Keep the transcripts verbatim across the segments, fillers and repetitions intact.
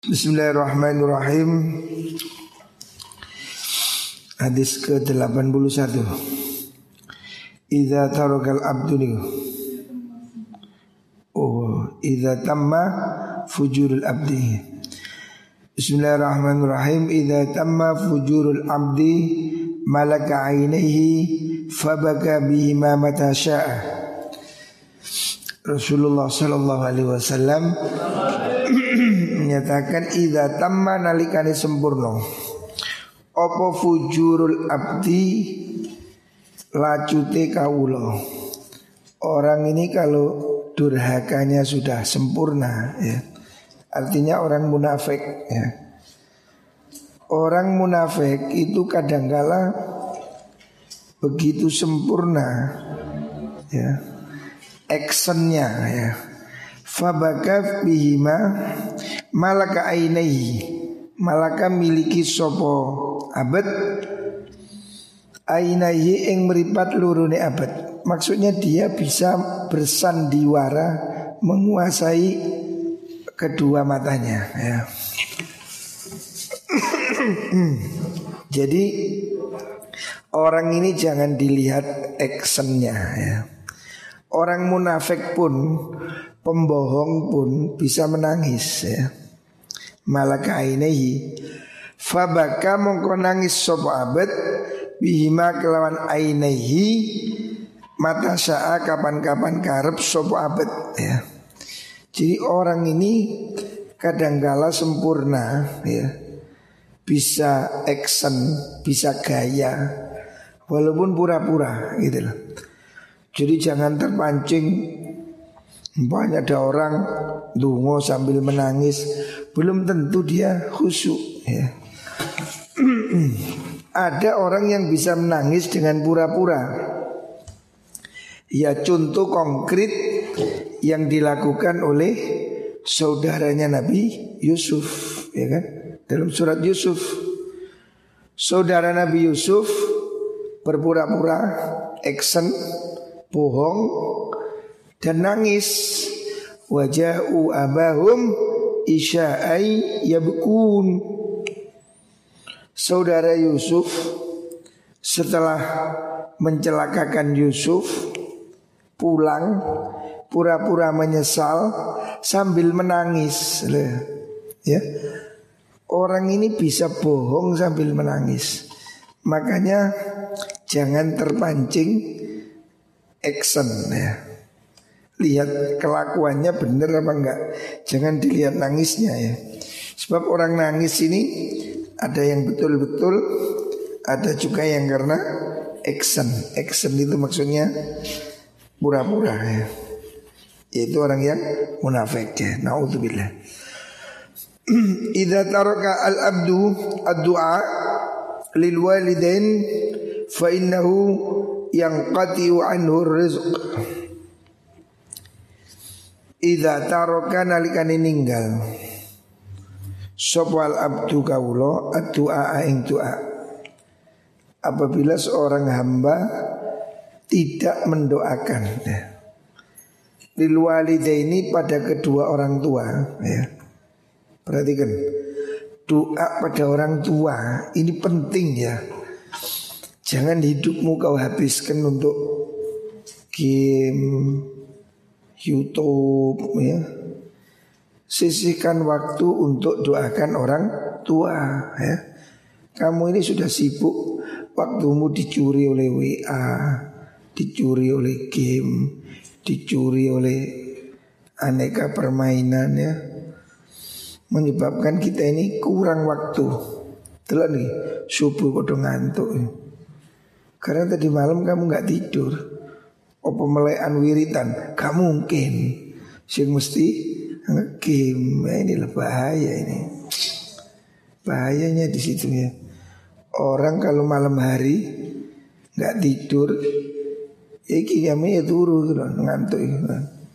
Bismillahirrahmanirrahim. Hadis ke delapan puluh satu. Idza tarakal abdu ni. Oh, idza tamma fujurul abdi. Bismillahirrahmanirrahim. Idza tamma fujurul abdi malaka ainihi fabaka bihima mata syaa. Rasulullah sallallahu alaihi wasallam menyatakan idza tamma nalikane sempurna apa fujurul abdi lacute kawula. Orang ini kalau durhakanya sudah sempurna ya, artinya orang munafik ya. Orang munafik itu kadangkala begitu sempurna ya, actionnya ya. Fabaka bihima malaka ainaihi, malaka miliki sopo abad ainaihi ing meripat lurune abad. Maksudnya dia bisa bersandiwara menguasai kedua matanya ya. Jadi orang ini jangan dilihat actionnya ya. Orang munafik pun, pembohong pun bisa menangis ya. Malaka ainehi fabaka mongko nangis sapa abad bihima kelawan ainehi mata saa kapan-kapan karep sapa abad ya. Jadi orang ini kadangkala sempurna ya, bisa action, bisa gaya, walaupun pura-pura gitu loh. Jadi jangan terpancing. Banyak ada orang dungo sambil menangis, belum tentu dia khusyuk ya. Ada orang yang bisa menangis dengan pura-pura. Ya contoh konkret yang dilakukan oleh saudaranya Nabi Yusuf ya kan. Dalam surat Yusuf, saudara Nabi Yusuf berpura-pura action, bohong dan nangis. Waja'u abahum isya'ai yabkun. Saudara Yusuf setelah mencelakakan Yusuf pulang pura-pura menyesal sambil menangis ya. Orang ini bisa bohong sambil menangis. Makanya jangan terpancing action ya. Lihat kelakuannya benar apa enggak. Jangan dilihat nangisnya ya. Sebab orang nangis ini ada yang betul-betul, ada juga yang karena action. Action itu maksudnya pura-pura ya. Itu orang yang munafik ya. Naudzubillah. Idza taraka al-abdu ad-du'a lil walidain fa innahu yang qati'u anhu rizq. Idza taraka nalikane ninggal sopal abdu kawula ad-du'a ing du'a. Apabila seorang hamba tidak mendoakan ya, lil walidaini pada kedua orang tua ya. Perhatikan, doa pada orang tua ini penting ya. Jangan hidupmu kau habiskan untuk game, YouTube ya. Sisihkan waktu untuk doakan orang tua ya. Kamu ini sudah sibuk, waktumu dicuri oleh W A, dicuri oleh game, dicuri oleh aneka permainan ya. Menyebabkan kita ini kurang waktu. Telah nih, subuh kok ngantuk ya. Karena tadi malam kamu gak tidur. Apa melekan wiritan? Gak mungkin. Sing mesti nge-game. Nah, inilah bahaya ini. Bahayanya di situ ya. Orang kalau malam hari gak tidur, iki kami ya turu gitu, ngantuk gitu.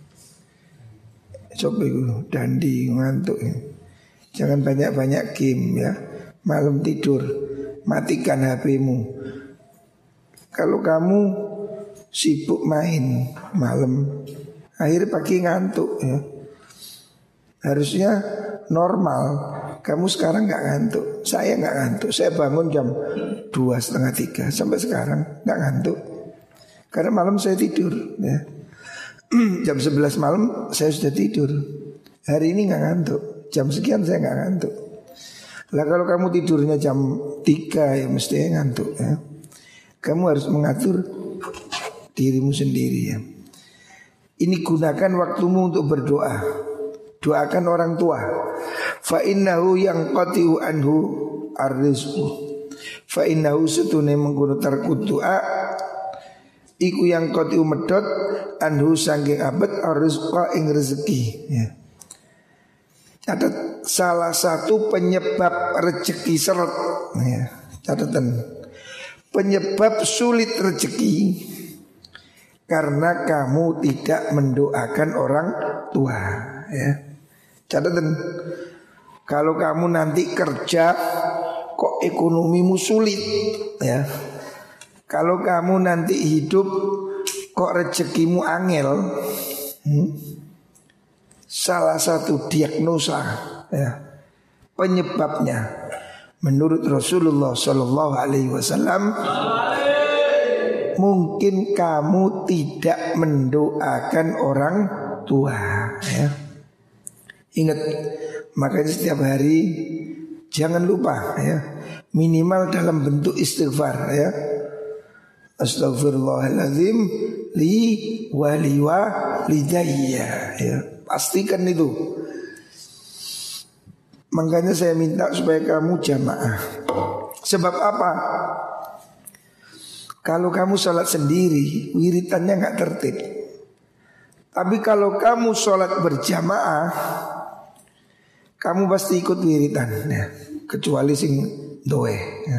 Coba itu dandi ngantuk ya. Jangan banyak-banyak game ya. Malam tidur, matikan H P-mu. Kalau kamu sibuk main malam, akhir pagi ngantuk ya. Harusnya normal kamu sekarang nggak ngantuk, saya nggak ngantuk. Saya bangun jam dua setengah tiga sampai sekarang nggak ngantuk. Karena malam saya tidur ya. Jam sebelas malam saya sudah tidur. Hari ini nggak ngantuk. Jam sekian saya nggak ngantuk. Lah kalau kamu tidurnya jam tiga ya mesti ngantuk ya. Kamu harus mengatur dirimu sendiri ya. Ini gunakan waktumu untuk berdoa. Doakan orang tua. Fa innahu yanqati'u anhu ar-rizqu. Fa innahu setune mengkono tarku doa iku yang qati'u medot anhu saking abet ar-rizqa ing rezeki ya. Ada salah satu penyebab rezeki seret ya. Catatan. Penyebab sulit rezeki karena kamu tidak mendoakan orang tua ya. Catatan. Kalau kamu nanti kerja kok ekonomimu sulit ya. Kalau kamu nanti hidup kok rezekimu angel, hmm? Salah satu diagnosa ya, penyebabnya menurut Rasulullah Shallallahu Alaihi Wasallam mungkin kamu tidak mendoakan orang tua ya. Ingat, makanya setiap hari jangan lupa ya, minimal dalam bentuk istighfar ya. Astaghfirullahaladzim li wali wa lidayya ya. Pastikan itu. Makanya saya minta supaya kamu jamaah. Sebab apa? Kalau kamu sholat sendiri, wiritannya nggak tertib. Tapi kalau kamu sholat berjamaah, kamu pasti ikut wiritan ya. Kecuali sing doe ya.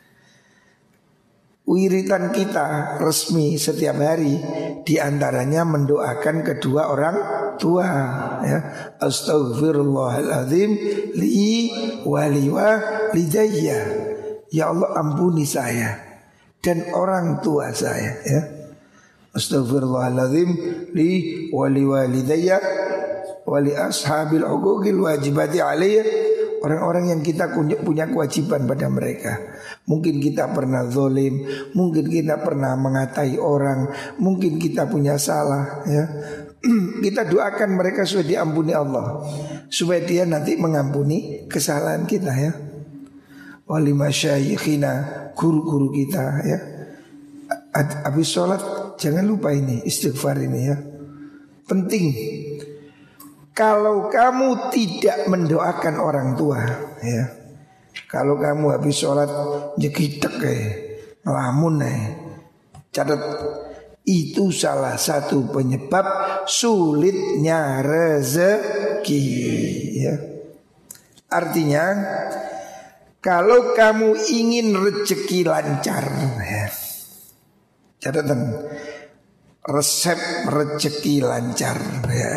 Wiritan kita resmi setiap hari diantaranya mendoakan kedua orang tua ya. Astaghfirullahaladzim li wali wa lidayya. Ya Allah ampuni saya dan orang tua saya ya. Astaghfirullahaladzim li wali walidayya wali ashabil uquqil wajibati alayya. Orang-orang yang kita punya kewajiban pada mereka. Mungkin kita pernah zalim, mungkin kita pernah mengatai orang, mungkin kita punya salah ya. Kita doakan mereka supaya diampuni Allah, supaya dia nanti mengampuni kesalahan kita ya. Wali masyayikhina, guru-guru kita ya. Habis sholat jangan lupa ini istighfar ini ya. Penting. Kalau kamu tidak mendoakan orang tua ya, kalau kamu habis sholat jekitek kayak ngelamun ya, catat itu salah satu penyebab sulitnya rezeki ya. Artinya kalau kamu ingin rezeki lancar ya, catatan resep rezeki lancar ya,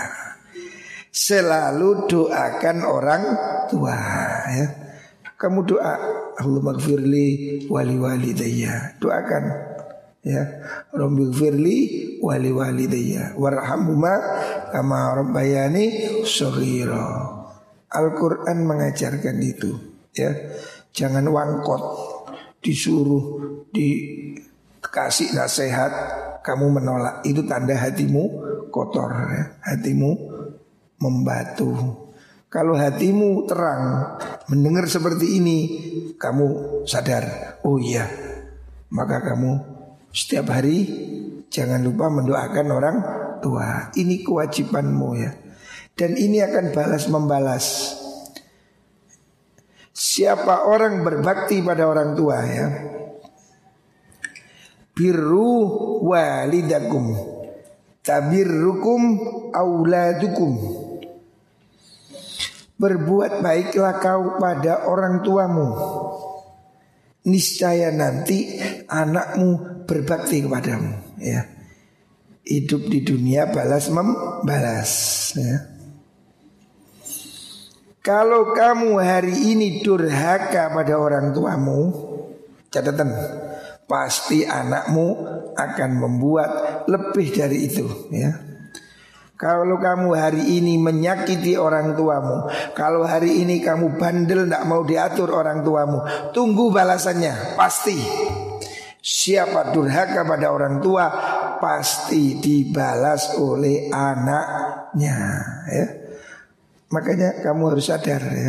selalu doakan orang tua ya. Kamu doa Allahumma gfirli wali walidayya, doakan ya. Rabbi gfirli wali walidayya warhamhuma kama rabbayani shaghira. Al-Quran mengajarkan itu ya. Jangan wangkot, disuruh dikasih nasihat kamu menolak, itu tanda hatimu kotor ya. Hatimu membatu. Kalau hatimu terang mendengar seperti ini, kamu sadar, oh iya, maka kamu setiap hari jangan lupa mendoakan orang tua. Ini kewajibanmu ya. Dan ini akan balas membalas. Siapa orang berbakti pada orang tua ya, birru walidakum tabirrukum auladukum. Berbuat baiklah kau pada orang tuamu, niscaya nanti anakmu berbakti kepadamu ya. Hidup di dunia balas membalas ya. Kalau kamu hari ini durhaka pada orang tuamu, catatan, pasti anakmu akan membuat lebih dari itu ya. Kalau kamu hari ini menyakiti orang tuamu, kalau hari ini kamu bandel tidak mau diatur orang tuamu, tunggu balasannya. Pasti siapa durhaka pada orang tua pasti dibalas oleh anaknya ya. Makanya kamu harus sadar ya.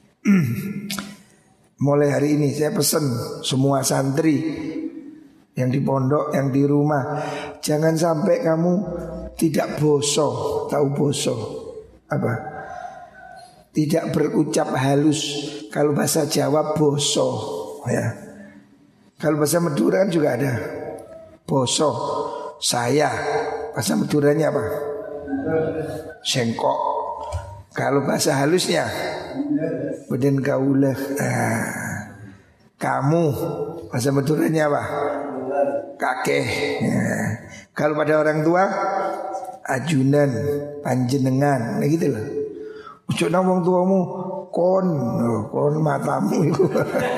Mulai hari ini saya pesan semua santri yang di pondok, yang di rumah, jangan sampai kamu tidak boso. Tahu boso apa? Tidak berucap halus. Kalau bahasa Jawa boso ya. Kalau bahasa Madura kan juga ada boso, saya. Bahasa Maduranya apa? Sengkok. Kalau bahasa halusnya beden kaulah. Nah, kamu. Bahasa Maduranya apa? Kakeh. Nah, kalau pada orang tua ajunan, panjenengan, nah gitu loh. Ucap nang wong tuamu kon, oh, kon matamu itu.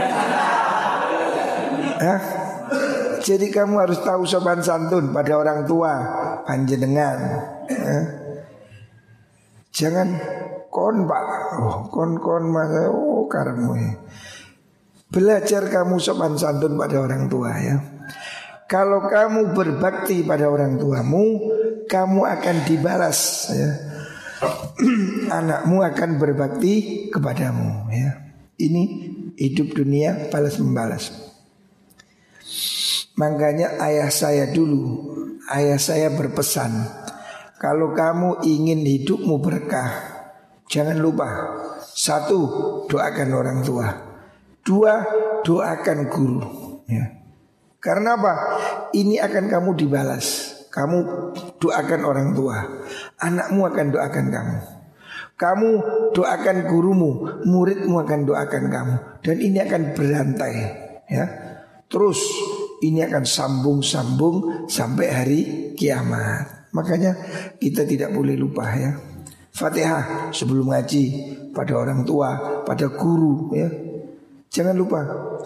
Hah? Jadi kamu harus tahu sopan santun pada orang tua, panjenengan. Hah? Jangan kon pak, oh kon kon mas, oh karemu. Belajar kamu sopan santun pada orang tua ya. Kalau kamu berbakti pada orang tuamu, kamu akan dibalas ya. Anakmu akan berbakti kepadamu ya. Ini hidup dunia balas membalas. Makanya ayah saya dulu, ayah saya berpesan, kalau kamu ingin hidupmu berkah, jangan lupa, satu, doakan orang tua. Dua, doakan guru ya. Karena apa? Ini akan kamu dibalas. Kamu doakan orang tua, anakmu akan doakan kamu. Kamu doakan gurumu, muridmu akan doakan kamu. Dan ini akan berantai ya. Terus ini akan sambung-sambung sampai hari kiamat. Makanya kita tidak boleh lupa ya. Fatihah sebelum ngaji pada orang tua, pada guru ya. Jangan lupa.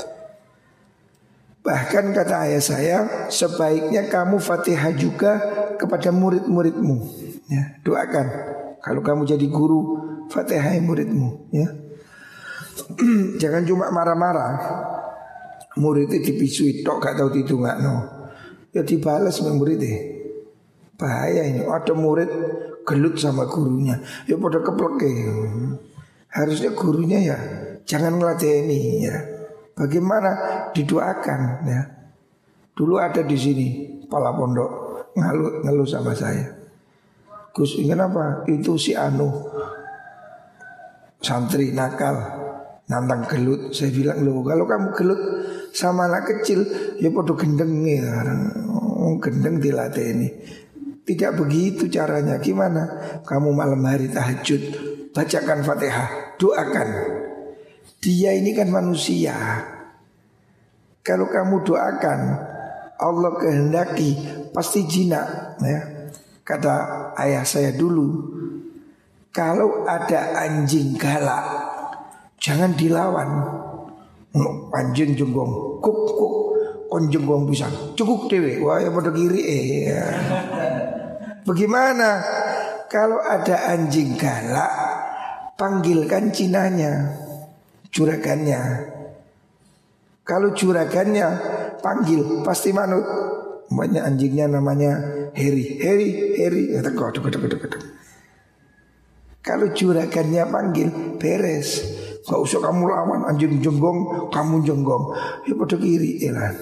Bahkan kata ayah saya, sebaiknya kamu Fatihah juga kepada murid-muridmu ya. Doakan. Kalau kamu jadi guru, Fatihah muridmu ya. Jangan cuma marah-marah. Muridnya dipisui tok gak tahu ditungakno. Ya dibalas sama muridnya. Bahaya ini. Ada murid gelut sama gurunya, ya pada kepleke. Harusnya gurunya ya jangan ngeladeni ya. Bagaimana didoakan ya. Dulu ada di sini kepala pondok ngeluh ngeluh sama saya. Gus ingin apa? Itu si Anu santri nakal nantang gelut. Saya bilang loh, kalau kamu gelut sama anak kecil ya pada gendeng ya. Gendeng dilatih ini. Tidak begitu caranya. Gimana? Kamu malam hari tahajud, bacakan Fatihah, doakan. Dia ini kan manusia. Kalau kamu doakan, Allah kehendaki pasti jinak ya. Kata ayah saya dulu, kalau ada anjing galak, jangan dilawan. Anjing jenggong, kuk kuk, kon jenggong pisang, cukup dewe. Wah ya pada kiri eh. Ya. Bagaimana kalau ada anjing galak, panggilkan cinanya, juragannya. Kalau juragannya panggil pasti manut. Banyak anjingnya namanya Heri, Heri, Heri. Ya, teko, teko, teko, teko. Kalau juragannya panggil beres. Gak usah kamu lawan, anjing jenggong, kamu jenggong. Ya pada kiri elan.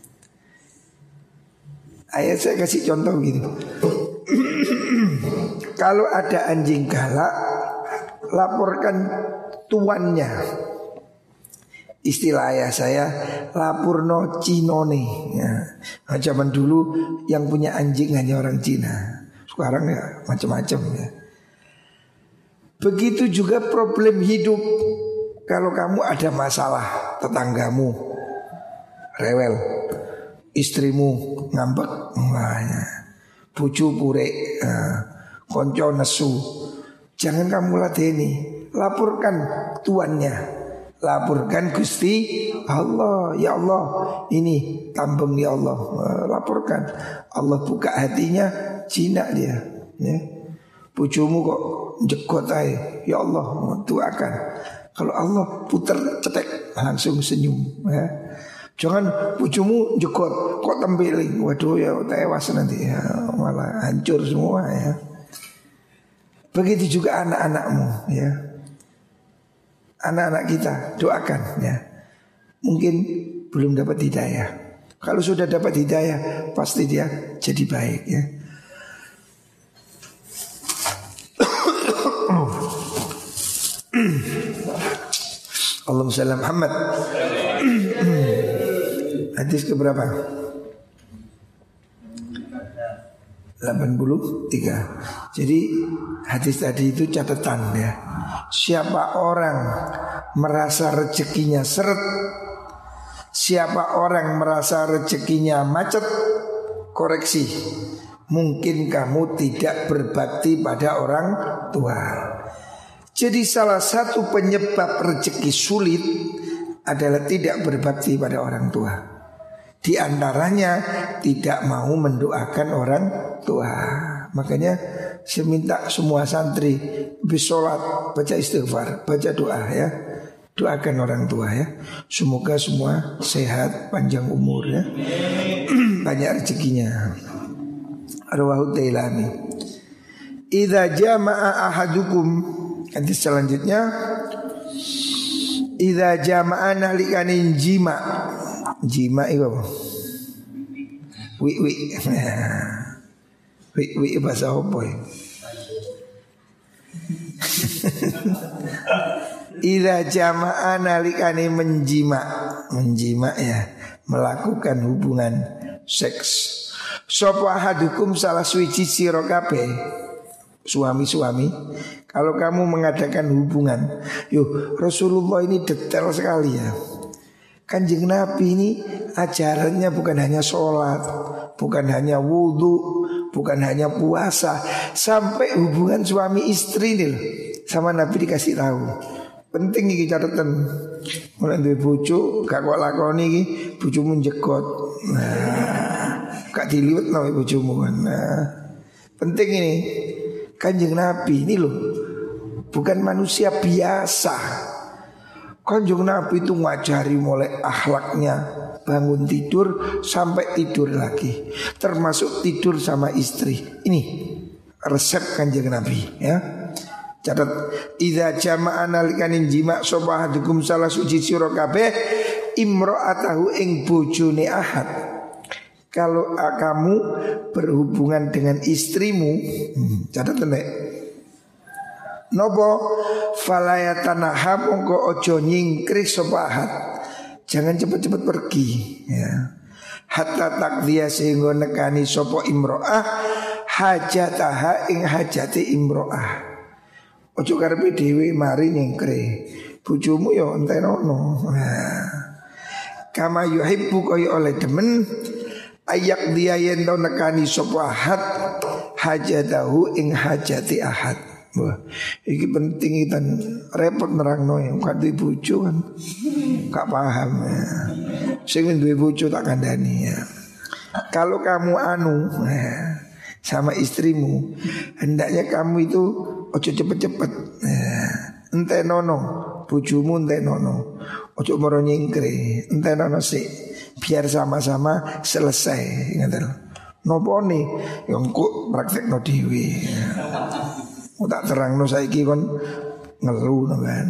Ayat saya kasih contoh gitu. Kalau ada anjing galak, laporkan tuannya. Istilah ayah saya, lapurno cinone ya. Nah, zaman dulu yang punya anjing hanya orang Cina. Sekarang ya macam-macam ya. Begitu juga problem hidup. Kalau kamu ada masalah, tetanggamu rewel, istrimu ngambek, wahnya, bucu pure, uh, konco nesu, jangan kamu ladeni, laporkan tuannya. Laporkan Gusti Allah, ya Allah ini tambeng ya Allah, laporkan. Allah buka hatinya, jinak dia ya. Bojomu kok jegot ae, ya Allah doakan. Kalau Allah puter cetek langsung senyum ya. Jangan bojomu jegot kok tempeling, waduh ya tewas nanti ya, malah hancur semua ya. Begitu juga anak-anakmu ya. Anak-anak kita doakan ya. Mungkin belum dapat hidayah. Kalau sudah dapat hidayah pasti dia jadi baik ya. Allahumma shalli ala Muhammad. Hadis keberapa? delapan puluh tiga. Jadi hadis tadi itu catatan ya. Siapa orang merasa rezekinya seret, siapa orang merasa rezekinya macet, koreksi. Mungkin kamu tidak berbakti pada orang tua. Jadi salah satu penyebab rezeki sulit adalah tidak berbakti pada orang tua. Di antaranya tidak mau mendoakan orang tua. Makanya saya minta semua santri bersolat, baca istighfar, baca doa ya. Doakan orang tua ya. Semoga semua sehat, panjang umur ya. Banyak rezekinya. Rawahu Dailami. Idza jama'a ahadukum, hadis selanjutnya, idza jama'a nalikanin jima. Jima itu apa? Wi wi. Wi wi bahasa apa ya? Idza jama'a nalikane menjima. Menjima ya, melakukan hubungan seks. Sapa hadukum salah suci sira kabeh. Suami-suami, kalau kamu mengadakan hubungan, yuk Rasulullah ini detail sekali ya. Kanjeng Nabi ini ajarannya bukan hanya sholat, bukan hanya wudhu, bukan hanya puasa, sampai hubungan suami istri nih sama Nabi dikasih tahu. Penting iki catatan. Mulai duwe bojo gak kok lakoni iki bojomu njekot. Nah, gak diliwet nang bojomu kan. Nah, penting ini. Kanjeng Nabi ini loh bukan manusia biasa. Kanjeng Nabi itu ngajari mulai akhlaknya, bangun tidur sampai tidur lagi, termasuk tidur sama istri. Ini resep Kanjeng Nabi ya. Catat, idza jama'a nalikanin jima' sapa hadukum salah suci sira kabeh imra'atahu ing bojone ahad. Kalau kamu berhubungan dengan istrimu, hmm, catat nek. Nopo falayatanaha mongko ojo nyingkris sapa ahad. Jangan cepat-cepat pergi ya. Hatta takdiya sehingga nekani sapa imro'ah hajataha ing hajati imro'ah. Ojo karepe dhewe mari nyingkre. Bojomu ya entenono. Nah, kama yuhibbu kaya oleh demen ayak dia yen tau nekani sapa ahad hajatahu ing hajati ahad. Wah, ini penting itu repot nerangno yang gak duwe bojo kan. Gak paham ya. Sing duwe bojo tak kandhani ya. Kalau kamu anu ya, sama istrimu, hendaknya kamu itu ojo cepet-cepet ya. Entenono bojomu, entenono. Ojo moro nyingkre, entenono sik. Biar sama-sama selesai. Ngaten. Nopo nih yang kok praktekno dhewe. Aku tak terangno saiki kon ngeluh kan.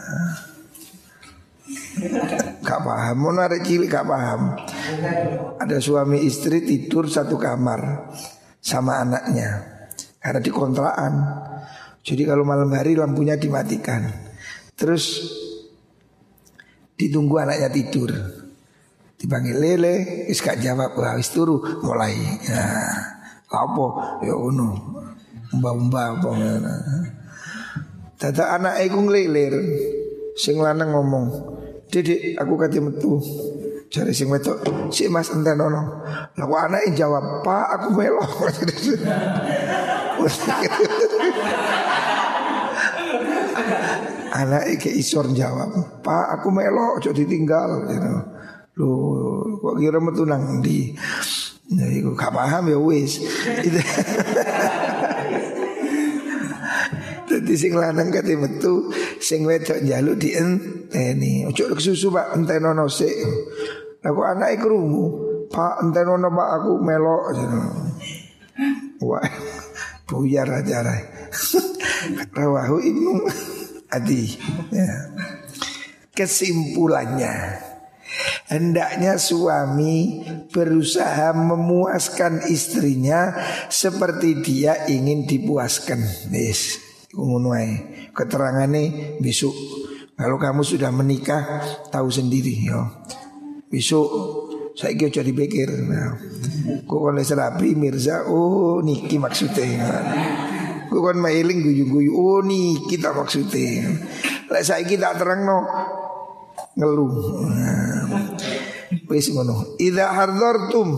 Gak paham, mau narik cilik gak paham. Ada suami istri tidur satu kamar sama anaknya karena di kontrakan. Jadi kalau malam hari lampunya dimatikan, terus ditunggu anaknya tidur. Dipanggil lele, wis gak jawab, wah wis turu mulai. Nah, apa? Ya ngono. Mbah-mbah apa ngono. Dada anake iku nglelir. Sing lanang ngomong, "Dedek, aku kate metu." Jare sing wedok, "Sik Mas entenono." Lah kok anake jawab, "Pak, aku melok." Anake ke isor jawab, "Pak, aku melok, ojo ditinggal." Gitu. Loh, kok kira metu nang ndi? Nah, iku gak paham ya wis. Dadi sing lanang kate metu, sing wedok njaluk dienteni. Ojo kesusu Pak, entenono sik. Lah kok anake krungu, Pak entenono Pak aku melok. Wah, buyar acara. Rawahu Ibnu Adi. Ya. Kesimpulannya, hendaknya suami berusaha memuaskan istrinya seperti dia ingin dipuaskan. Yes, ngono ae. Keterangane besok. Kalau kamu sudah menikah, tahu sendiri yo. Besok saiki aja dipikir. Nah, kok oleh serapi Mirza, oh niki maksudnya. Kok kon mailing guyu-guyu, oh niki tak maksudnya. Lek saiki tak terangno ngeluh. Wis ngono. Idza hadzartum.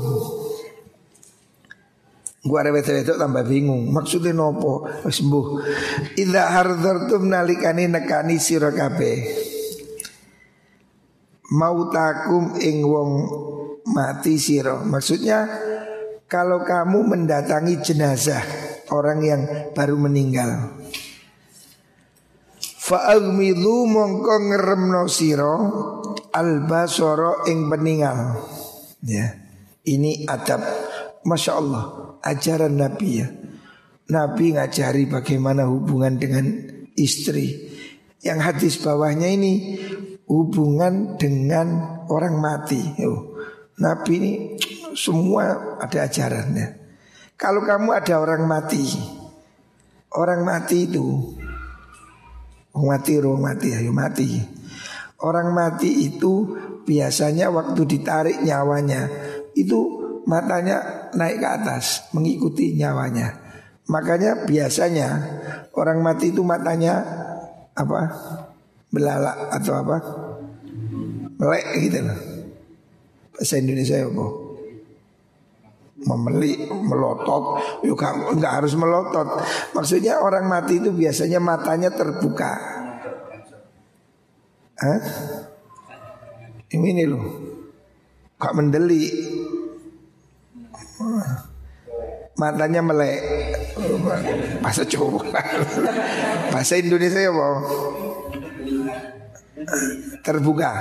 Gua arep wedok tambah bingung. Maksudnya nopo? Wis mbuh. Idza hadzartum nalikane nekani sira kabeh. Mautakum ing wong mati sira. Maksudnya kalau kamu mendatangi jenazah orang yang baru meninggal, fa'agmidu mongko ngeremno sira albasara ing peninggal. Ya, ini adab, masya Allah, ajaran Nabi ya. Nabi ngajari bagaimana hubungan dengan istri. Yang hadis bawahnya ini hubungan dengan orang mati. Yo, Nabi ini semua ada ajarannya. Kalau kamu ada orang mati, orang mati itu mati, roh mati, ayo mati. Orang mati itu biasanya waktu ditarik nyawanya itu matanya naik ke atas mengikuti nyawanya. Makanya biasanya orang mati itu matanya apa? Belalak atau apa? Melek gitu loh. Bahasa Indonesia apa? Memelik, melotot. Yuk enggak harus melotot. Maksudnya orang mati itu biasanya matanya terbuka. Hah? Ini loh, gak mendelik, matanya melek. Bahasa Jawa. Bahasa Indonesia apa? Terbuka.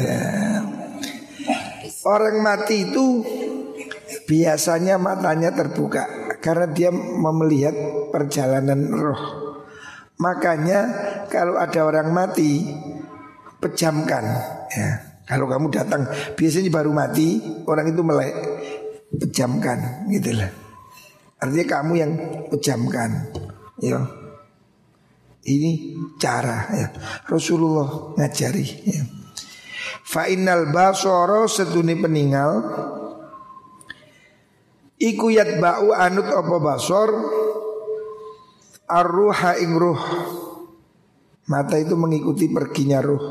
Orang mati itu biasanya matanya terbuka karena dia melihat perjalanan roh. Makanya kalau ada orang mati, pejamkan ya. Kalau kamu datang biasanya baru mati, orang itu melek, pejamkan gitu lah. Artinya kamu yang pejamkan ya. Ini cara ya. Rasulullah ngajari ya. Fa innal basara setune peninggal iku yatba'u anut apa basor ar-ruha ing ruh. Mata itu mengikuti perginya ruh.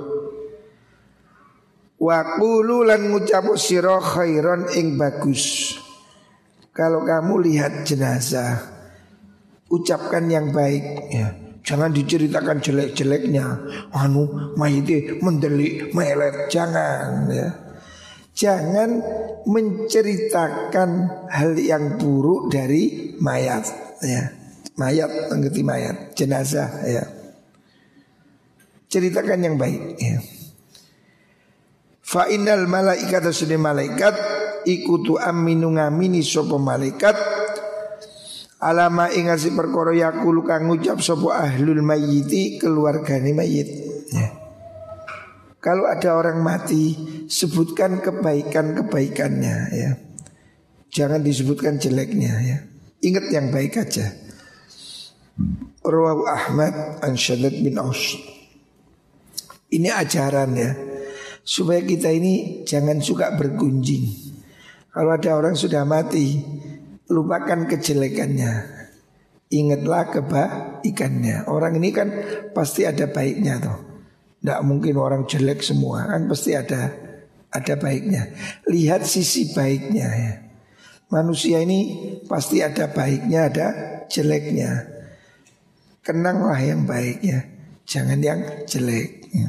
Wa qulu lan ngucap sira khairon ing bagus. Kalau kamu lihat jenazah, ucapkan yang baik ya. Jangan diceritakan jelek-jeleknya. Anu mayite mendelik, melet, jangan ya. Jangan menceritakan hal yang buruk dari mayat ya. Mayat, mengerti mayat, jenazah ya. Ceritakan yang baik ya. Fa innal malaikata sunni malaikat ikutu aminu ngamini sapa malaikat alama ing asih perkara yakulu kang ngucap sapa ahlul mayyiti keluargane mayit ya. Kalau ada orang mati, sebutkan kebaikan-kebaikannya ya. Jangan disebutkan jeleknya ya. Ingat yang baik aja. Rawahu Ahmad an Shaddad bin Aus. Ini ajaran ya, supaya kita ini jangan suka bergunjing. Kalau ada orang sudah mati, lupakan kejelekannya, ingatlah kebaikannya. Orang ini kan pasti ada baiknya toh. Tidak mungkin orang jelek semua, kan pasti ada ada baiknya. Lihat sisi baiknya ya. Manusia ini pasti ada baiknya, ada jeleknya. Kenanglah yang baiknya, jangan yang jelek ya.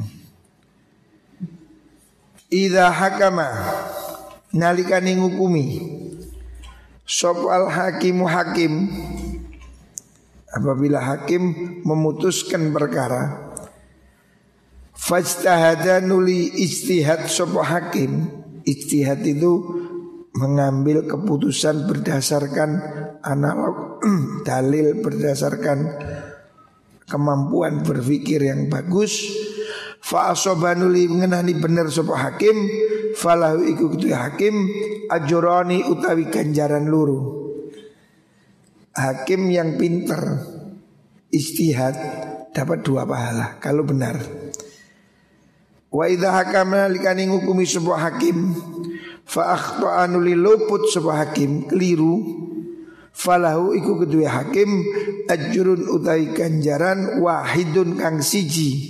Idza hakama nalikane ngukumi sop al hakimu hakim apabila hakim memutuskan perkara, fajtahada nuli ijtihad sapa hakim. Ijtihad itu mengambil keputusan berdasarkan analog dalil, berdasarkan kemampuan berpikir yang bagus. Fa asobanuli mengenani bener sapa hakim, falahu iku kudu hakim ajrani utawi ganjaran luru. Hakim yang pinter ijtihad dapat dua pahala kalau benar. Wa idza hakama likani ngukumi sapa hakim fa akhta'anu liluput sapa hakim keliru, falahu iku kedua hakim ajrun utai ganjaran wahidun kang siji.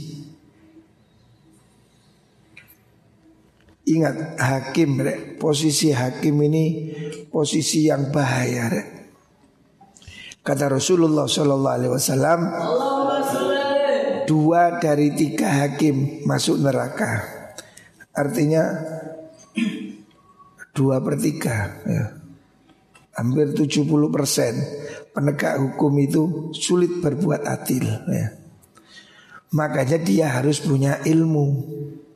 Ingat hakim rek, posisi hakim ini posisi yang bahaya rek. Kata Rasulullah sallallahu alaihi wasallam, dua dari tiga hakim masuk neraka. Artinya dua per tiga ya. Hampir tujuh puluh persen penegak hukum itu sulit berbuat adil ya. Makanya dia harus punya ilmu.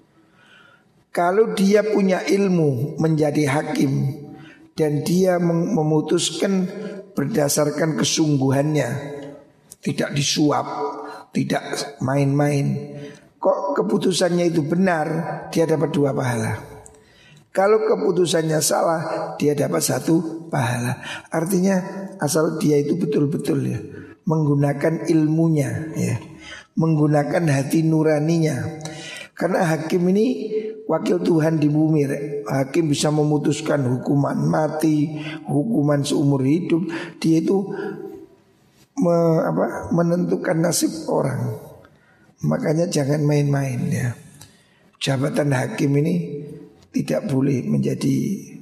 Kalau dia punya ilmu menjadi hakim dan dia memutuskan berdasarkan kesungguhannya, tidak disuap, tidak main-main, kok keputusannya itu benar, dia dapat dua pahala. Kalau keputusannya salah, dia dapat satu pahala. Artinya asal dia itu betul-betul ya menggunakan ilmunya ya, menggunakan hati nuraninya. Karena hakim ini wakil Tuhan di bumi. Hakim bisa memutuskan hukuman mati, hukuman seumur hidup. Dia itu me, apa, menentukan nasib orang. Makanya jangan main-main ya. Jabatan hakim ini tidak boleh menjadi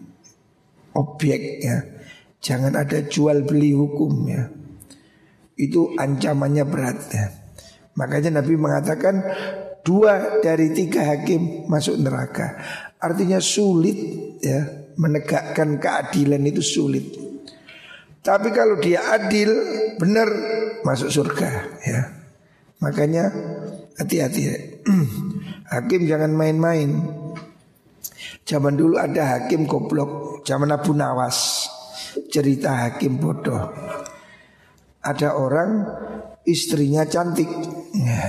objek ya. Jangan ada jual beli hukum ya. Itu ancamannya berat ya. Makanya Nabi mengatakan dua dari tiga hakim masuk neraka. Artinya sulit ya, menegakkan keadilan itu sulit. Tapi kalau dia adil, benar, masuk surga ya. Makanya hati-hati. Hakim jangan main-main. Zaman dulu ada hakim goblok, zaman Abu Nawas. Cerita hakim bodoh. Ada orang istrinya cantik ya.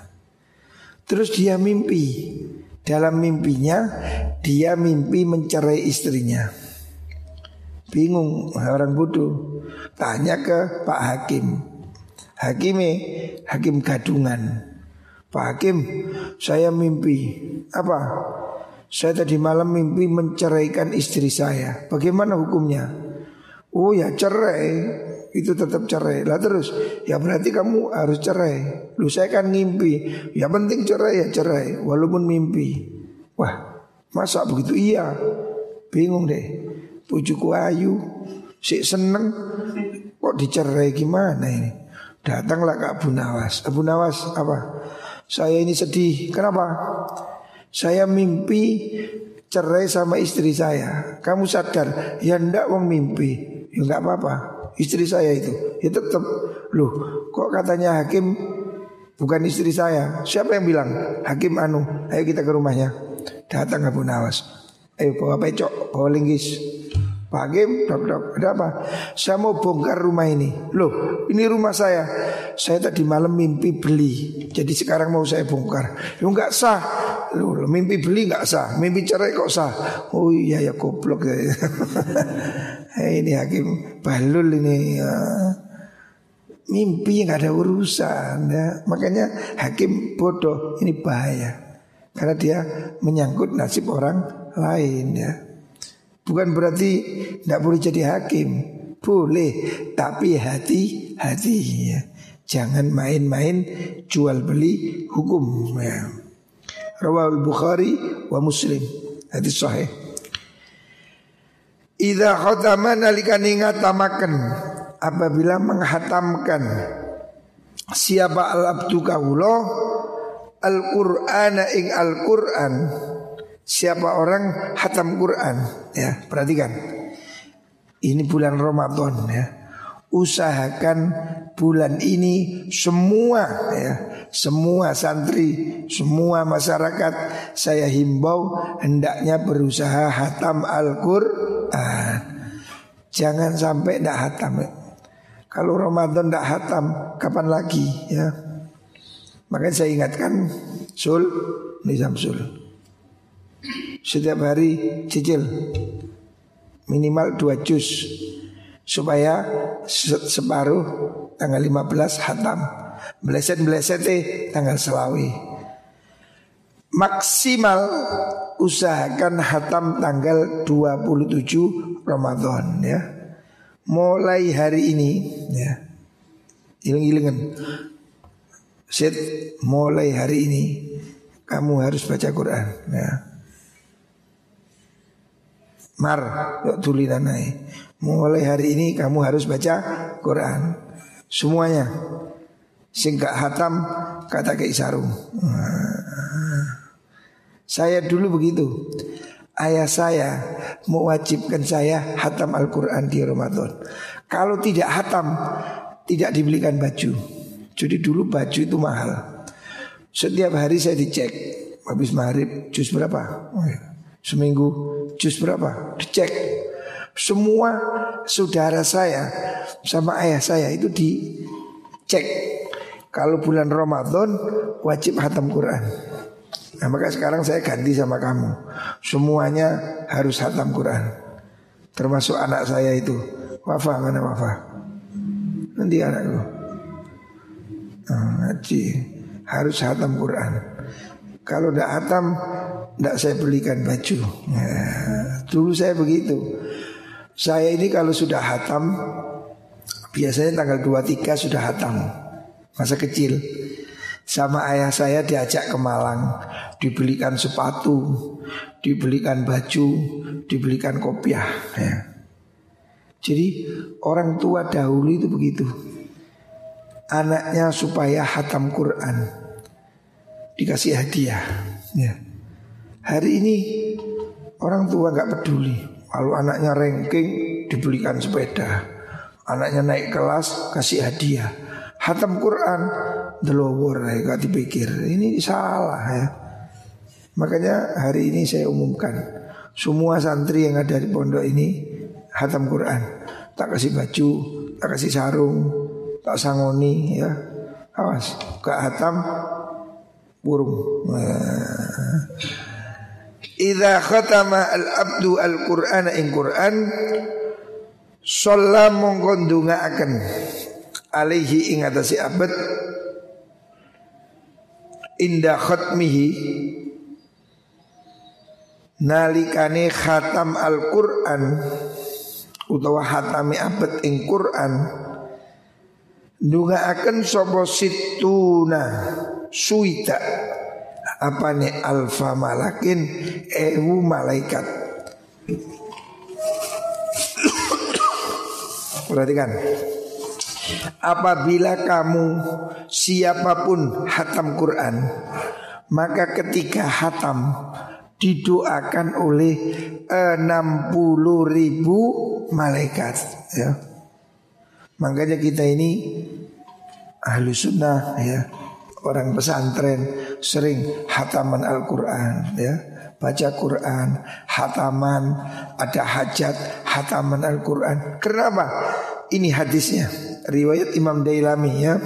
Terus dia mimpi. Dalam mimpinya dia mimpi mencerai istrinya. Bingung orang bodoh. Tanya ke Pak Hakim. Hakime, hakim gadungan. Pak Hakim, saya mimpi. Apa? Saya tadi malam mimpi menceraikan istri saya. Bagaimana hukumnya? Oh ya cerai. Itu tetap cerai. Lah terus ya berarti kamu harus cerai. Lu saya kan ngimpi. Ya penting cerai ya cerai walaupun mimpi. Wah masa begitu? Iya. Bingung deh. Pujuku ayu si seneng kok dicerai gimana ini. Datanglah ke Abu Nawas. Abu Nawas apa? Saya ini sedih. Kenapa? Saya mimpi cerai sama istri saya. Kamu sadar? Ya ndak wong mimpi. Ya enggak apa-apa. Istri saya itu, ya tetap. Loh, kok katanya hakim bukan istri saya? Siapa yang bilang? Hakim anu, ayo kita ke rumahnya. Datang Abu Nawas. Ayo bawa pecok, bawa linggis. Pak Hakim, dok dok, ada apa? Saya mau bongkar rumah ini. Loh, ini rumah saya. Saya tadi malam mimpi beli. Jadi sekarang mau saya bongkar. Loh enggak sah. Loh, mimpi beli enggak sah. Mimpi cerai kok sah. Oh iya ya goblok ya. Hey, ini hakim balul ini ya. Mimpi nggak ada urusan ya. Makanya hakim bodoh ini bahaya. Karena dia menyangkut nasib orang lain ya. Bukan berarti tidak boleh jadi hakim. Boleh, tapi hati-hati ya. Jangan main-main jual beli hukum ya. Rawahul Bukhari wa Muslim. Hadis sahih. Idza khatama nalikani ngatamaken, apabila menghatamkan siapa al-abdu kawula al-Qur'ana ing al-Qur'an. Siapa orang hatam Qur'an ya, perhatikan. Ini bulan Ramadan ya. usahakan bulan ini semua ya, semua santri, semua masyarakat saya himbau hendaknya berusaha hatam Al-Qur'an. Jangan sampai tidak hatam. Kalau Ramadan tidak hatam, kapan lagi ya? Makanya saya ingatkan Sul, Nizam Sul, setiap hari cicil minimal dua juz supaya separuh tanggal lima belas hatam, beleset-beleset eh tanggal selawi. Maksimal usahakan hatam tanggal dua puluh tujuh Ramadan ya. Mulai hari ini ya, iling-ilingan Sid, mulai hari ini kamu harus baca Quran ya. Mar, yuk tulinanai. Mulai hari ini kamu harus baca Quran semuanya. Singkat hatam kata Kiai Sarung. Saya dulu begitu. Ayah saya mewajibkan saya hatam Al-Quran di Ramadan. Kalau tidak hatam, tidak dibelikan baju. Jadi dulu baju itu mahal. Setiap hari saya dicek, habis maghrib juz berapa, seminggu juz berapa, dicek. Semua saudara saya sama ayah saya itu dicek. Kalau bulan Ramadan wajib hatam Quran. Nah maka sekarang saya ganti sama kamu, semuanya harus hatam Quran. Termasuk anak saya itu. Wafa, mana Wafa? Nanti anakku oh, ngaji harus hatam Quran. Kalau tidak hatam, tidak saya belikan baju ya, dulu saya begitu. Saya ini kalau sudah hatam, biasanya tanggal dua puluh tiga sudah hatam. Masa kecil sama ayah saya diajak ke Malang, dibelikan sepatu, dibelikan baju, dibelikan kopiah ya. Jadi orang tua dahulu itu begitu, anaknya supaya hatam Quran dikasih hadiah ya. Hari ini orang tua gak peduli. Kalau anaknya ranking dibelikan sepeda, anaknya naik kelas kasih hadiah. Hatam Quran delowor ya, gak dipikir. Ini salah ya. Makanya hari ini saya umumkan, semua santri yang ada di pondok ini hatam Quran. Tak kasih baju, tak kasih sarung, tak sangoni ya. Awas, gak hatam burung. Idza khatama al-abdu al-Qur'ana ing Qur'an, shalla mongko ndongaaken alaihi ing atase abad inda khatmihi nalikane khatam al-Qur'an utawa khatami abad ing Qur'an, ndongaaken sapa situna suita apa nih alfa malakin ewu malaikat. Perhatikan, apabila kamu siapapun hatam Quran, maka ketika hatam didoakan oleh enam puluh ribu malaikat ya. Makanya kita ini ahlu sunnah ya, orang pesantren sering hataman Al-Quran ya, baca Quran, hataman, ada hajat, hataman Al-Quran. Kenapa? Ini hadisnya, riwayat Imam Dailami ya.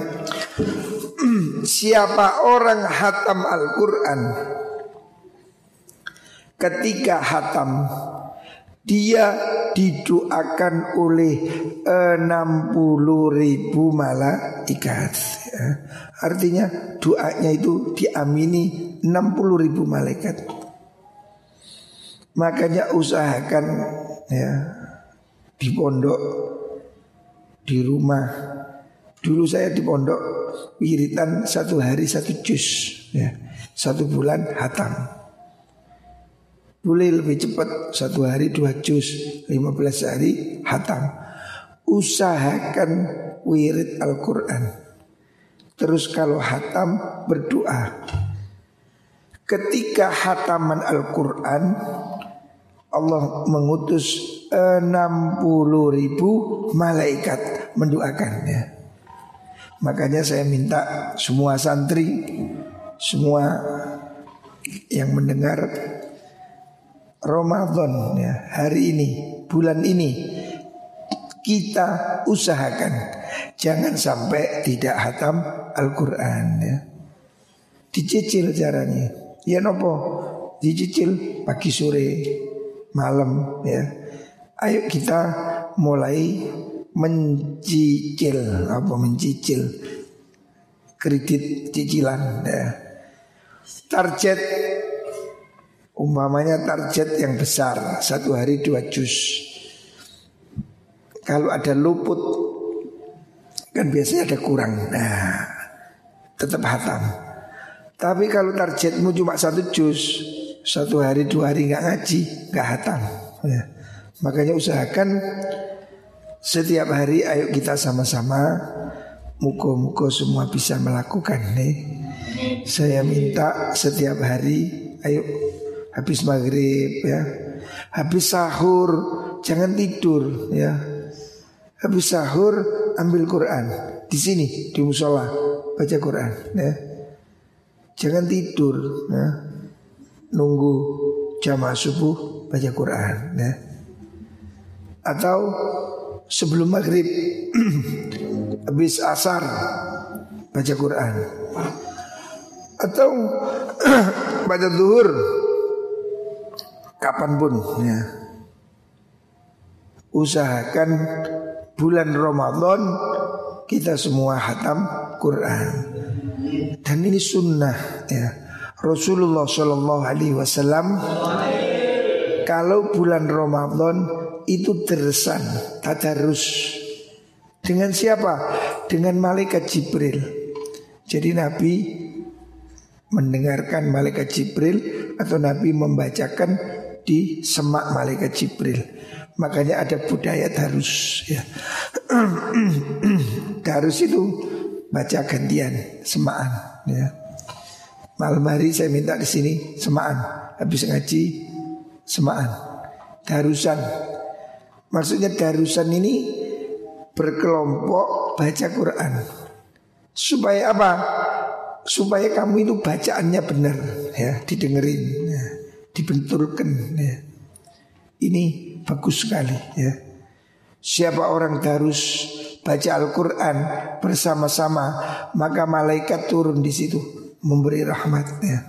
Siapa orang hatam Al-Quran, ketika hatam dia didoakan oleh enam puluh ribu malaikat ya. Artinya doanya itu diamini enam puluh ribu malaikat. Makanya usahakan ya, di pondok, di rumah. Dulu saya di pondok wiritan satu hari satu juz ya, satu bulan hatam. Boleh lebih cepat, satu hari dua juz, lima belas hari hatam. Usahakan wirid Al-Quran. Terus kalau hatam berdoa. Ketika hataman Al-Quran, Allah mengutus enam puluh ribu malaikat mendoakan ya. Makanya saya minta semua santri, semua yang mendengar Ramadan ya, hari ini, bulan ini kita usahakan jangan sampai tidak hatam Al-Quran ya. Dicicil caranya. Ya nopo, dicicil pagi sore malam ya. Ayo kita mulai mencicil, apa mencicil kredit cicilan ya. Target umpamanya target yang besar, satu hari dua juz. Kalau ada luput kan biasanya ada kurang, nah tetap hatam. Tapi kalau targetmu cuma satu juz, satu hari dua hari nggak ngaji, nggak hatam ya. Makanya usahakan setiap hari ayo kita sama-sama, muka-muka semua bisa melakukan nih. Saya minta setiap hari ayo habis maghrib ya, habis sahur jangan tidur ya. Habis sahur ambil Quran di sini di musola baca Quran ya. Jangan tidur ya. Nunggu jamaah subuh baca Quran ya. Atau sebelum maghrib habis asar baca Quran. Atau pada zuhur kapanpun ya. Usahakan bulan Ramadan kita semua hatam Quran. Dan ini sunnah ya. Rasulullah Shallallahu Alaihi Wasallam kalau bulan Ramadan itu dersan tadarus dengan siapa? Dengan malaikat Jibril. Jadi Nabi mendengarkan malaikat Jibril atau Nabi membacakan di semak malaikat Jibril. Makanya ada budaya darus ya. Darus itu baca gantian semaan ya. Malam hari saya minta di sini semaan, habis ngaji semaan. Darusan. Maksudnya darusan ini berkelompok baca Quran. Supaya apa? Supaya kamu itu bacaannya benar ya, didengerin ya, dibentulkan ya. Ini bagus sekali ya. Siapa orang darus baca Al-Quran bersama-sama, maka malaikat turun di situ memberi rahmat ya.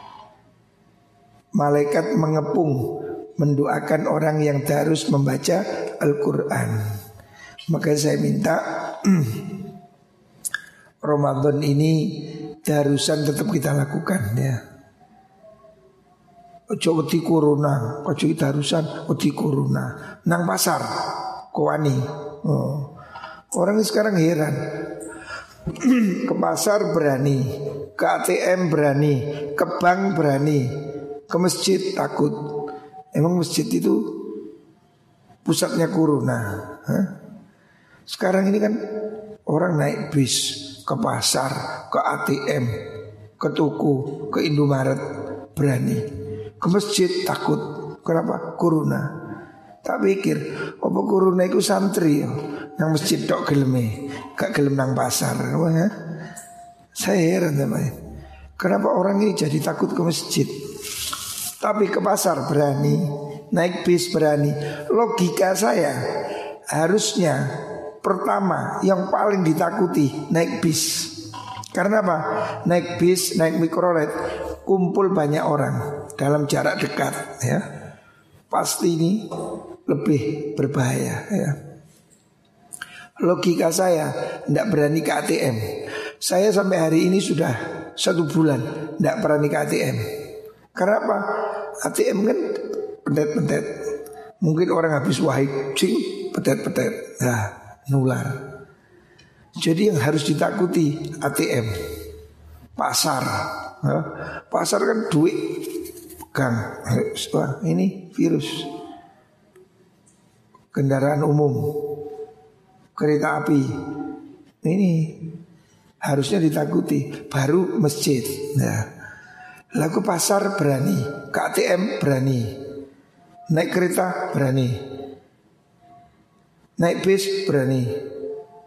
Malaikat mengepung mendoakan orang yang darus membaca Al-Quran. Maka saya minta Ramadan ini darusan tetap kita lakukan ya. Ojo wedi corona, ojo darusan wedi corona. Nang pasar kowani. Oh. Orang sekarang heran. Ke pasar berani, ke A T M berani, ke bank berani, ke masjid takut. Emang masjid itu pusatnya corona. Hah? Sekarang ini kan orang naik bis ke pasar, ke A T M, ke toko, ke Indomaret berani. Ke masjid takut. Kenapa? Corona. Tak pikir apa corona itu santri ya. Nang masjid tok geleme, gak gelem nang pasar. Wah, ya? Saya heran teman. Kenapa orang ini jadi takut ke masjid? Tapi ke pasar berani, naik bis berani. Logika saya harusnya pertama yang paling ditakuti naik bis. Karena apa? Naik bis, naik mikrolet, kumpul banyak orang dalam jarak dekat ya. Pasti ini lebih berbahaya ya. Logika saya tidak berani ke A T M. Saya sampai hari ini sudah satu bulan tidak berani ke A T M. Karena apa? A T M kan pedet-pedet. Mungkin orang habis wahid, cing, pedet-pedet, nah, nular. Jadi yang harus ditakuti A T M, pasar. Ya. Pasar kan duit pegang. Wah, ini virus. Kendaraan umum, kereta api, ini harusnya ditakuti. Baru masjid. Nah, lalu pasar berani, ke A T M berani, naik kereta berani, naik bis berani.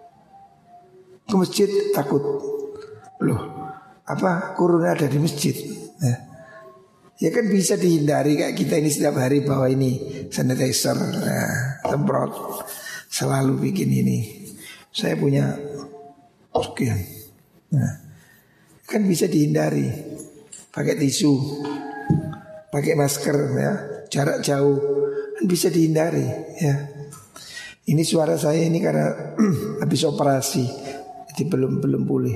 ke masjid takut. Loh, apa corona ada di masjid? Ya. Ya kan bisa dihindari, kayak kita ini setiap hari bawa ini sanitizer, nah, semprot, selalu bikin ini. Saya punya sekian. Nah, kan bisa dihindari. Pakai tisu, pakai masker, ya, jarak jauh, kan bisa dihindari. Ya, ini suara saya ini karena habis operasi, jadi belum belum pulih.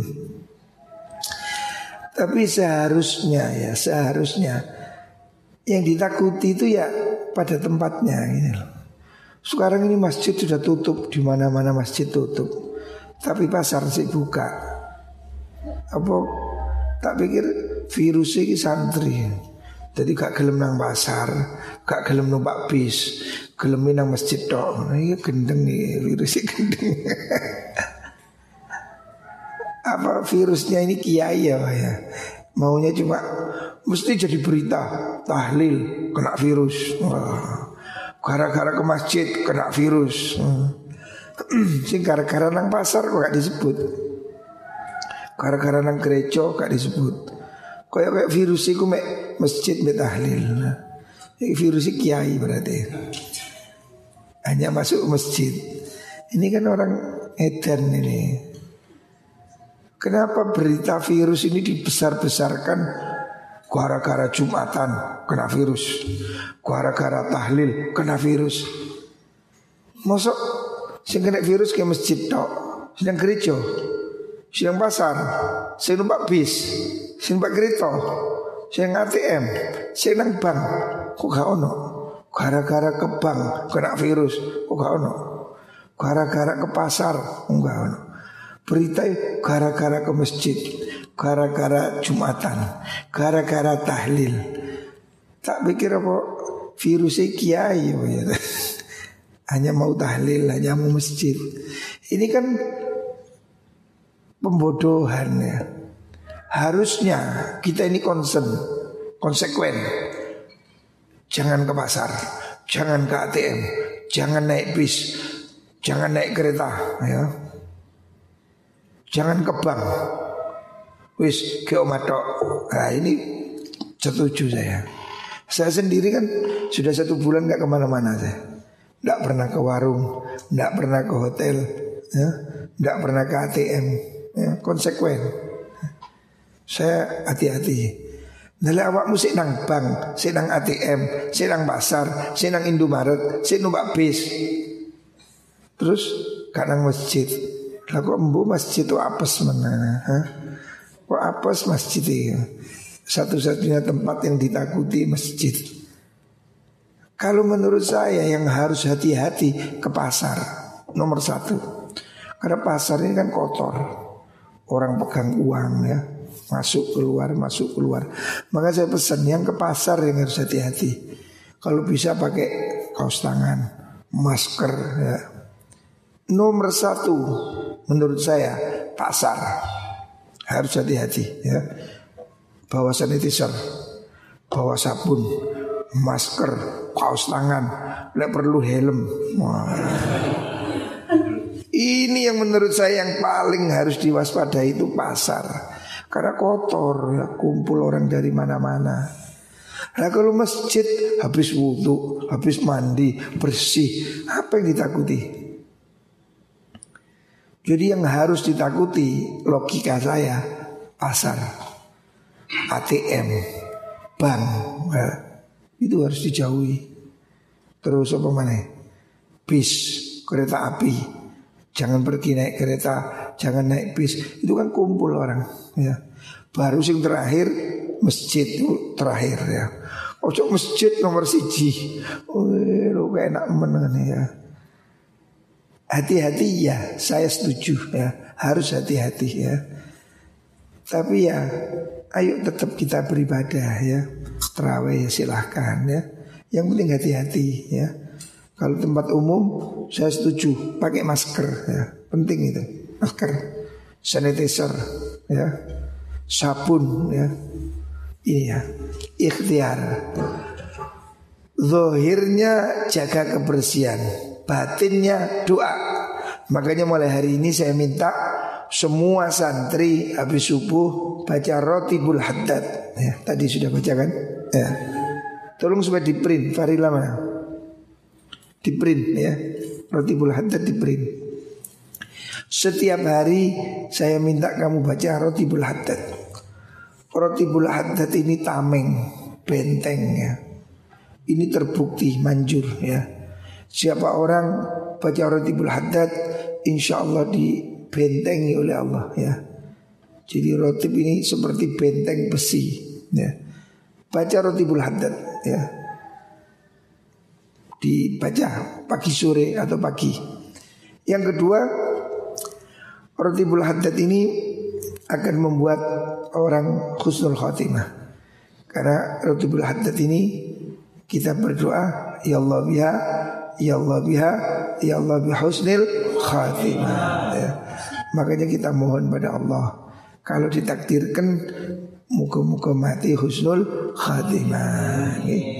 Tapi seharusnya ya, seharusnya yang ditakuti itu ya pada tempatnya ini loh. Sekarang ini masjid sudah tutup, di mana-mana masjid tutup. Tapi pasar sih buka. Apa tak pikir virus ini santri. Jadi gak gelem nang pasar, gak gelem numpak bis, gelem nang masjid tok. Iya gendeng nih virus ini gendeng. Apa virusnya ini kiai ya Pak ya. Maunya cuma mesti jadi berita tahlil kena virus. Wah, gara-gara ke masjid kena virus. hmm. Sing gara-gara nang pasar kok gak disebut. Gara-gara nang gereja gak disebut. Kayak kayak virus itu mek masjid mek tahlil. Ini virus kiai berarti. Hanya masuk masjid. Ini kan orang edan ini. Kenapa berita virus ini dibesar-besarkan? Gara-gara Jumatan kena virus, gara-gara tahlil kena virus. Masuk sing kena virus ke masjid tok, sedang gereja, sedang pasar, sedang numpak bis, sedang numpak kereta, sedang A T M, sedang bank. Kok gak ono? Gara-gara ke bank kena virus, kok gak ono? Gara-gara ke pasar, enggak ono. Berita gara-gara ke masjid, gara-gara Jumatan, gara-gara tahlil. Tak pikir apa virusnya kiai ya. Hanya mau tahlil, hanya mau masjid. Ini kan pembodohan ya. Harusnya kita ini concern, konsekuen. Jangan ke pasar, jangan ke A T M, jangan naik bis, jangan naik kereta ya. Jangan ke bank. Wis ke omatok. Nah ini setuju saya. Saya sendiri kan sudah satu bulan gak kemana-mana saya. Gak pernah ke warung, gak pernah ke hotel, ya, gak pernah ke A T M, ya, konsekuen. Saya hati-hati. Dari awakmu sik nang bank, sik nang A T M, sik nang pasar, sik nang Indomaret, sik numpak bis. Terus gak nang masjid. Lah kok embu masjid itu apes mana? Hah? Kok apes masjid itu? Satu-satunya tempat yang ditakuti masjid. Kalau menurut saya yang harus hati-hati ke pasar nomor satu. Karena pasar ini kan kotor. Orang pegang uang ya, masuk keluar masuk keluar. Maka saya pesan yang ke pasar yang harus hati-hati. Kalau bisa pakai kaos tangan, masker ya. Nomor satu menurut saya pasar harus hati-hati ya. Bawa sanitizer, bawa sabun, masker, kaos tangan, nggak perlu helm. Wah. Ini yang menurut saya yang paling harus diwaspadai itu pasar. Karena kotor ya, kumpul orang dari mana-mana. Nah kalau masjid habis wudhu, habis mandi, bersih, apa yang ditakuti? Jadi yang harus ditakuti logika saya pasar, A T M, bank, nah, itu harus dijauhi. Terus apa mana? Bis, kereta api, jangan pergi naik kereta, jangan naik bis. Itu kan kumpul orang. Ya. Baru sing terakhir masjid itu terakhir ya. Ojo masjid nomor siji. Oh, lu kayak enak meneng ya. Hati-hati ya, saya setuju ya, harus hati-hati ya. Tapi ya, ayo tetap kita beribadah ya. Terawih silahkan ya. Yang penting hati-hati ya. Kalau tempat umum saya setuju pakai masker ya, penting itu. Masker, sanitizer ya, sabun ya. Iya, ikhtiar. Zahirnya jaga kebersihan, batinnya doa. Makanya mulai hari ini saya minta semua santri habis subuh baca Rotibul Haddad ya, tadi sudah baca kan ya. Tolong supaya di print, Farila mana? Di print ya, Rotibul Haddad di print. Setiap hari saya minta kamu baca Rotibul Haddad. Rotibul Haddad ini tameng, benteng ya. Ini terbukti manjur ya. Siapa orang baca Rotibul Haddad, insya Allah dibentengi oleh Allah ya. Jadi rotib ini seperti benteng besi ya. Baca Rotibul Haddad ya. Dibaca pagi sore atau pagi. Yang kedua, Rotibul Haddad ini akan membuat orang husnul khotimah. Karena Rotibul Haddad ini kita berdoa, ya Allah biha, ya Allah biha, ya Allah bihusnil khatimah ya. Makanya kita mohon pada Allah, kalau ditakdirkan muka-muka mati husnul khatimah.